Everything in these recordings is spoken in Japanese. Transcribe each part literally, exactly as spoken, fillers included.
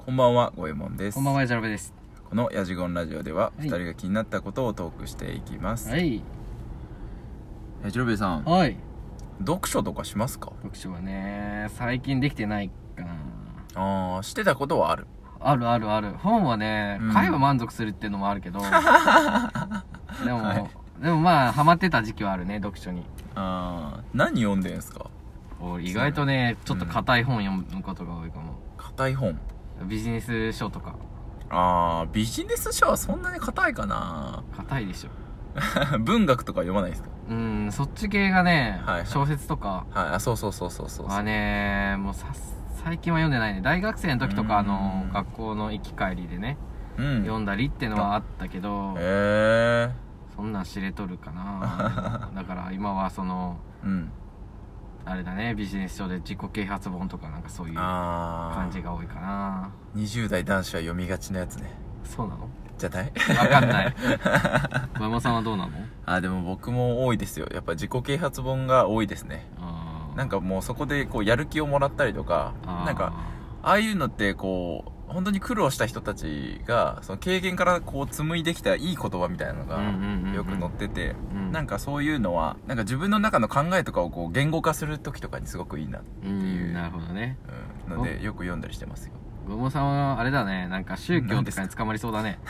こんばんは、ごえもんです。 こんばんは、ジャロベです。 このヤジゴンラジオでは、 はいふたりが気になったことをトークしていきます。 はい。 え、ジロベさん、 はい。 読書とかしますか？ 読書はね、最近できてないかな。 あー、してたことはある。 あるあるある。本はね、 うん買えば満足するっていうのもあるけど、でも、 はいでもまあ、ハマってた時期はあるね、読書に。 あー、何読んでんすか？ 俺意外とね、ちょっと硬い本読むことが多いかも。 硬い本。 ビジネス書とか。 あー、ビジネス書はそんなに硬いかな。 硬いでしょ。 文学とか読まないですか？ うん、そっち系がね、 はいはい小説とかはい、あ、そうそうそうそうそうそう。 はね、もうさ最近は読んでないね。大学生の時とか、あうの、 ん学校の行き帰りでね、 うん。 読んだりってのはあったけど、 へそんなん知れとるかな。だから今はそのー。うん。 あれだね、ビジネス書で自己啓発本とかなんかそういうあー。 感じが多いかな。 にじゅう代男子は読みがちなやつね。 そうなの？ じゃないわかんない小山さんはどうなの？ あ、でも僕も多いですよ。やっぱ自己啓発本が多いですね。 あーなんかもうそこでこうやる気をもらったりとか、 あーなんかああいうのってこう本当に苦労した人たちがその経験からこう紡いできたいい言葉みたいなのがうんうんうんうんよく載ってて、 うんなんかそういうのはなんか自分の中の考えとかをこう言語化する時とかにすごくいいなってういう、 ん、なるほどね。 うん、のでよく読んだりしてますよ。 ごもさんはあれだね、なんか宗教とかに捕まりそうだね。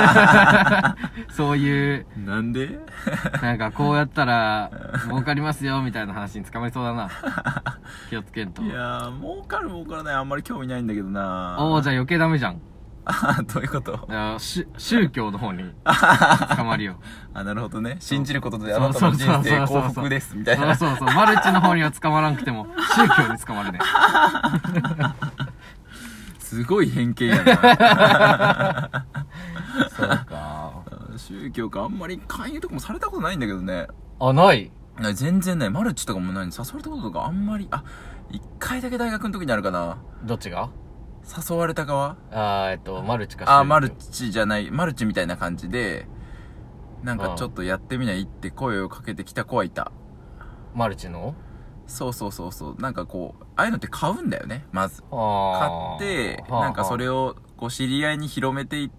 そういうなんでなんかこうやったら儲かりますよみたいな話に捕まりそうだな。気をつけんと。 いやー儲かる儲からないあんまり興味ないんだけどな。 おお、じゃあ余計ダメじゃん。 あどういうこと？ あし宗教の方に捕まるよ。 あ、なるほどね。信じることであそうなたの人そうそう生そうそう幸福ですみたいそうな。 そうそう、マルチの方には捕まらんくても宗教に捕まるね。 すごい偏見やな。 そうか。 宗教か、あんまり勧誘とかもされたことないんだけどね。 あ、ない。 な全然ない。マルチとかも何誘われたこととかあんまり、あ、一回だけ大学の時にあるかな。 どっちが？ 誘われた側？ あー、えっとマルチか宗教。 あ、マルチじゃない、マルチみたいな感じで、なんかちょっとやってみないって声をかけてきた子はいた。 マルチの？ そうそうそうそう。なんかこう、ああいうのって買うんだよね、まず。買あって、 はあなんかそれを、 をこう知り合いに広めていって、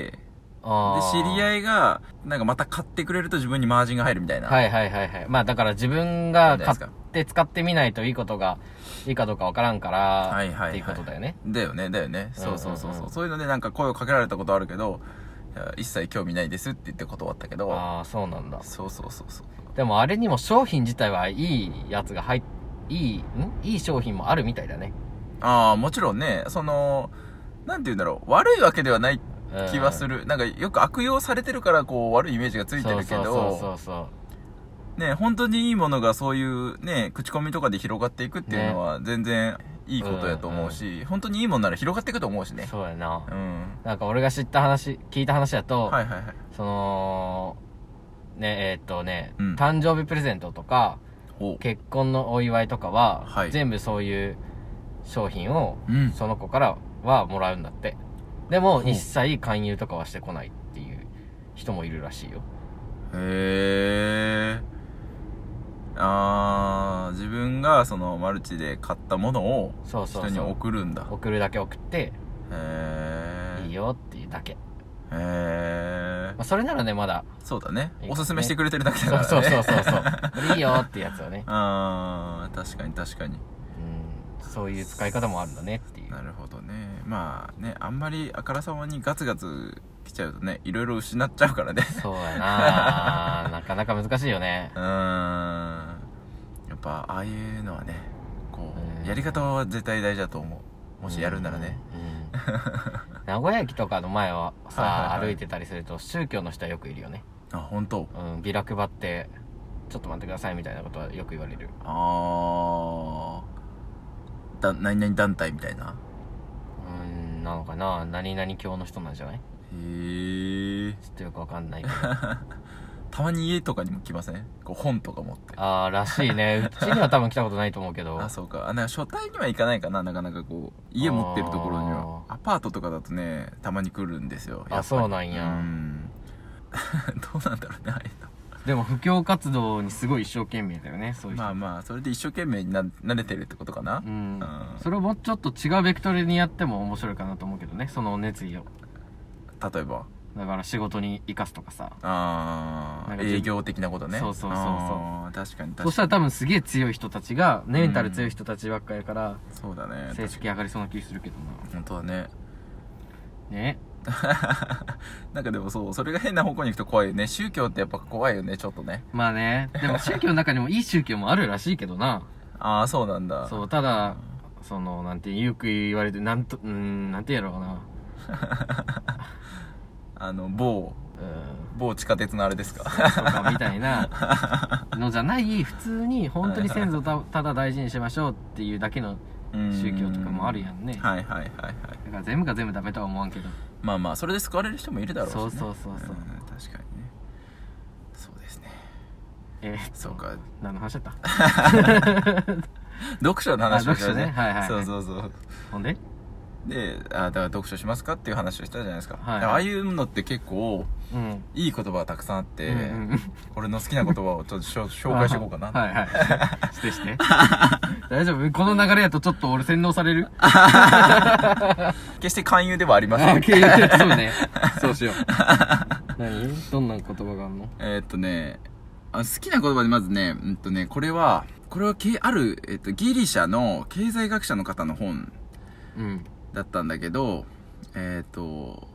で、 あー知り合いが、なんかまた買ってくれると自分にマージンが入るみたいな。 はいはいはいはい。まあだから自分が買っじゃないですかて使ってみないといいことがいいかどうかわからんから、 はいはいはいっていうことだよね。 だよね、だよね。 うんうんうんそうそうそうそう。そういうのでなんか声をかけられたことあるけど、いや一切興味ないですって言って断ったけど、 ああ、そうなんだ。 そうそうそうそう。 でもあれにも商品自体はいいやつが入っ、いい、んいい商品もあるみたいだね。 ああ、もちろんね、その、なんて言うんだろう、悪いわけではない気はする。 る。なんかよく悪用されてるからこう悪いイメージがついてるけそうそうど、 そうそうね、本当にいいものがそういうね、口コミとかで広がっていくっていうのは全然いいことやと思うし、本当にいいものなら広がっていくと思うしね。 そうやな。 うん。 なんか俺が知った話、聞いた話だと、 はいはいはい。 その、ね、えーっとね、 うん誕生日プレゼントとか、 お結婚のお祝いとかは、 はい全部そういう商品を、 うんその子からはもらうんだって。でも、 ほう一切勧誘とかはしてこないっていう人もいるらしいよ。 へー。あー、自分がそのマルチで買ったものをそうそうそう。 人に送るんだ。 送るだけ送って、 へー。 いいよっていうだけ。 へー。 まあ、それならね、まだ。 そうだね。 いいかもねおすすめしてくれてるだけだそうからね。 そうそうそうそう。これいいよってやつをね。 あー、確かに確かに。 うん。そういう使い方もあるんだねっていう。 なるほどね。まあね、あんまりあからさまにガツガツ来ちゃうとね、いろいろ失っちゃうからね。 そうやななかなか難しいよね。 うーん。やっぱ、ああいうのはね、こうんう、やり方は絶対大事だと思う。もしやるんならね。 うん。うん名古屋駅とかの前はさ、 はいはいはい歩いてたりすると宗教の人はよくいるよね。 あ、本当。 うん、ビラ配って、ちょっと待ってくださいみたいなことはよく言われる。 あー。だ、何々団体みたいな。 うん、なのかな何々教の人なんじゃない？ へー。 ちょっとよくわかんないけど。 たまに家とかにも来ません？こう本とか持って。 あー、らしいね。うちには多分来たことないと思うけど。 あ、そうか。あ、なんか書体には行かないかな、なかなかこう、家持ってるところには。アパートとかだとね、たまに来るんですよ。やっぱりあそうなんやうん。どうなんだろうね、ああいうの。 でも布教活動にすごい一生懸命だよね、そういう人。 まあまあそれで一生懸命にな慣れてるってことかな。 うん、 うん、 それをもうちょっと違うベクトルにやっても面白いかなと思うけどね、その熱意を。 例えばだから仕事に生かすとかさ。 ああ営業的なことね。 そうそうそうそう。 確かに確かに。 そしたら多分すげえ強い人たちがメンタル強い人たちばっかりやから、うん、 そうだね、 成績上がりそうな気するけどな。 本当だね。 ねなんかでもそうそれが変な方向に行くと怖いよね。宗教ってやっぱ怖いよね、ちょっとね。 まあね、でも宗教の中にもいい宗教もあるらしいけどな。 ああそうなんだ。 そう、ただそのなんてよく言われてなんとうーんなんてやろうなあの某某地下鉄のあれですかとかみたいなのじゃない、普通に本当に先祖をたただ大事にしましょうっていうだけの宗教とかもあるやんね。 はいはいはいはい。 だから全部が全部ダメとは思わんけど、 まあまあそれで救われる人もいるだろうしね。 そうそうそうそう、うん、 確かにね。そうですね。 えー、 そうか、 何の話だった読書の話をしたね。 ね、はいはい、はい、 そうそうそう。 ほんでで、あだから読書しますかっていう話をしたじゃないですか。 はいはい、 ああいうのって結構、うん、いい言葉がたくさんあって、うんうん、俺の好きな言葉をちょっと紹介していこうかな。 はいはいしてして大丈夫？この流れやとちょっと俺洗脳される決して勧誘ではありません。 そうね、そうしよう何？どんな言葉があるの？ えー、っとねあ好きな言葉でまずね、うんとねこれはこれはけある、えっと、ギリシャの経済学者の方の本、うんだったんだけど、えっと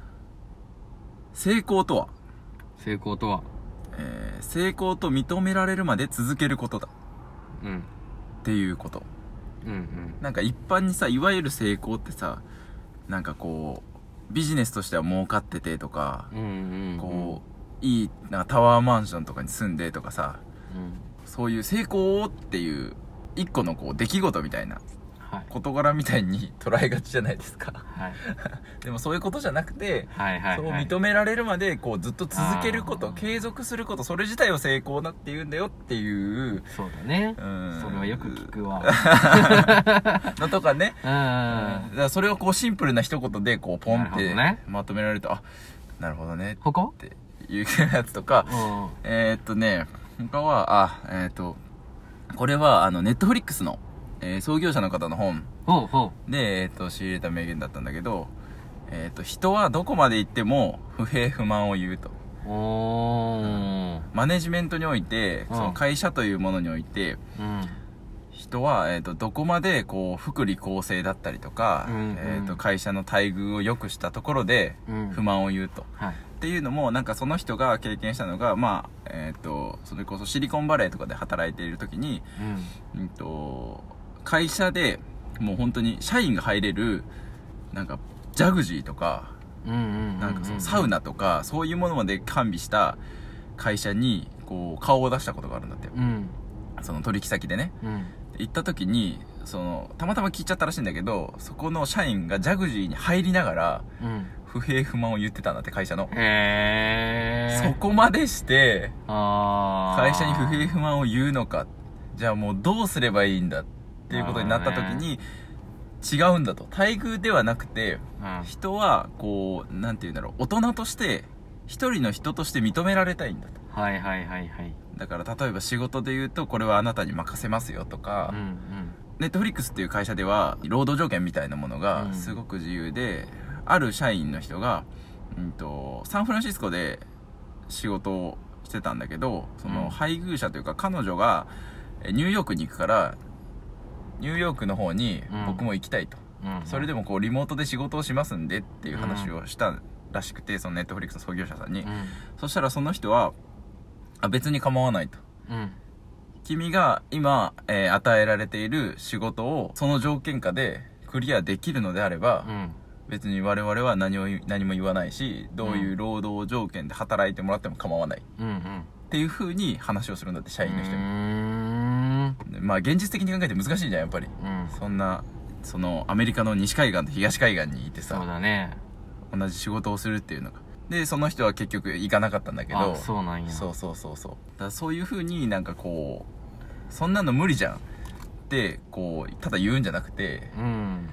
成功とは成功とは、 えー、成功と認められるまで続けることだ、うん、っていうこと、うんうん、なんか一般にさいわゆる成功ってさなんかこうビジネスとしては儲かっててとか、うんうんうん、こういいなんかタワーマンションとかに住んでとかさ、うん、そういう成功っていう一個のこう出来事みたいな事柄みたいに捉えがちじゃないですか、はい、でもそういうことじゃなくて、はいはいはい、そう認められるまでこうずっと続けること継続することそれ自体を成功だって言うんだよっていうそうだね、うん、それはよく聞くわのとかね、うん、だからそれをこうシンプルな一言でこうポンってまとめられると、ね、あなるほどねっていうやつとか、うん、えー、っとね他はあえー、っとこれはあのネットフリックスのえー、創業者の方の本ほうほうで、えー、と仕入れた名言だったんだけど、えー、と人はどこまで行っても不平不満を言うと。おー、うん、マネジメントにおいて、うん、その会社というものにおいて、うん、人は、えー、とどこまでこう福利厚生だったりとか、うんうん、えー、と会社の待遇を良くしたところで不満を言うと、うんはい、っていうのもなんかその人が経験したのがまあえっ、ー、とそれこそシリコンバレーとかで働いている時に、うんうんと会社でもう本当に社員が入れるなんかジャグジーとかなんかそのサウナとかそういうものまで完備した会社にこう顔を出したことがあるんだって、うん、その取引先でね、うん、行った時にそのたまたま聞いちゃったらしいんだけどそこの社員がジャグジーに入りながら、うん、不平不満を言ってたんだって会社の。へー、そこまでして会社に不平不満を言うのか、じゃあもうどうすればいいんだっていうことになった時に違うんだと。待遇ではなくて、うん、人はこうなんて言うんだろう大人として一人の人として認められたいんだと。 はいはいはいはい。 だから例えば仕事で言うとこれはあなたに任せますよとか、うんうん、ネットフリックスっていう会社では労働条件みたいなものがすごく自由で、うん、ある社員の人が、うんと、サンフランシスコで仕事をしてたんだけどその配偶者というか彼女がニューヨークに行くからニューヨークの方に僕も行きたいと、うん、それでもこうリモートで仕事をしますんでっていう話をしたらしくて、そのネットフリックスの創業者さんに、うん、そしたらその人はあ別に構わないと、うん、君が今、えー、与えられている仕事をその条件下でクリアできるのであれば、うん、別に我々は何を何も言わないしどういう労働条件で働いてもらっても構わない、うんうん、っていう風に話をするんだって社員の人に。まあ現実的に考えて難しいじゃんやっぱり、うん、そんなそのアメリカの西海岸と東海岸にいてさそうだね同じ仕事をするっていうのがでその人は結局行かなかったんだけどあそうなんやそうそうそうそうだからそういう風になんかこうそんなの無理じゃんってこうただ言うんじゃなくて、うん、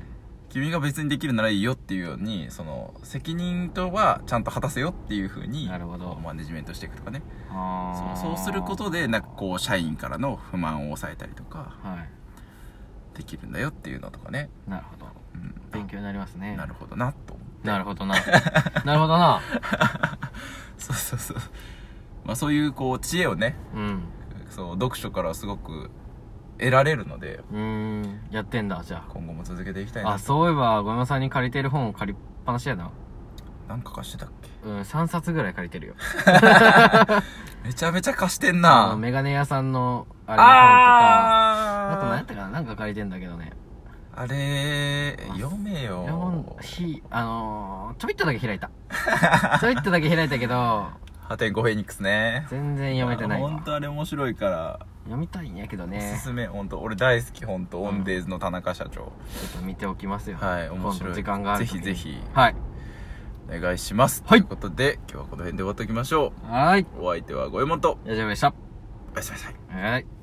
君が別にできるならいいよっていうように、その責任とはちゃんと果たせよっていう風に、 なるほど、 マネジメントしていくとかね。 あそう、そうすることでなんかこう社員からの不満を抑えたりとか、 はい、 できるんだよっていうのとかね。 なるほど、 うん、 勉強になりますね。 なるほどなと思って。 なるほどななるほどなそうそうそう、まあそういうこう知恵をね、 うん、 そう読書からすごく得られるので、 うーん、やってんだ。じゃあ今後も続けていきたいな。 あ、そういえばご山さんに借りてる本を借りっぱなしやな。 何か貸してたっけ？ うん、さんさつぐらい借りてるよめちゃめちゃ貸してんな。 あメガネ屋さんのあれの本とか、あと何やったかな、なんか借りてんだけどね。 あれ読めよ。 ひあのー、ちょびっとだけ開いたちょびっとだけ開いたけどはてんごフェニックスね。 全然読めてないわ。 ほんとあれ面白いから読みたいんやけどね。 おすすめ。ほんと俺大好き。ほんとオンデイズの田中社長、ちょっと見ておきますよ。 はい、面白い。 時間があるぜひぜひ、 はい、 お願いします。 はい、 ということで今日はこの辺で終わっておきましょう。 はい、 お相手はごえもんと大丈夫でした。 おやすみなさい。 はい。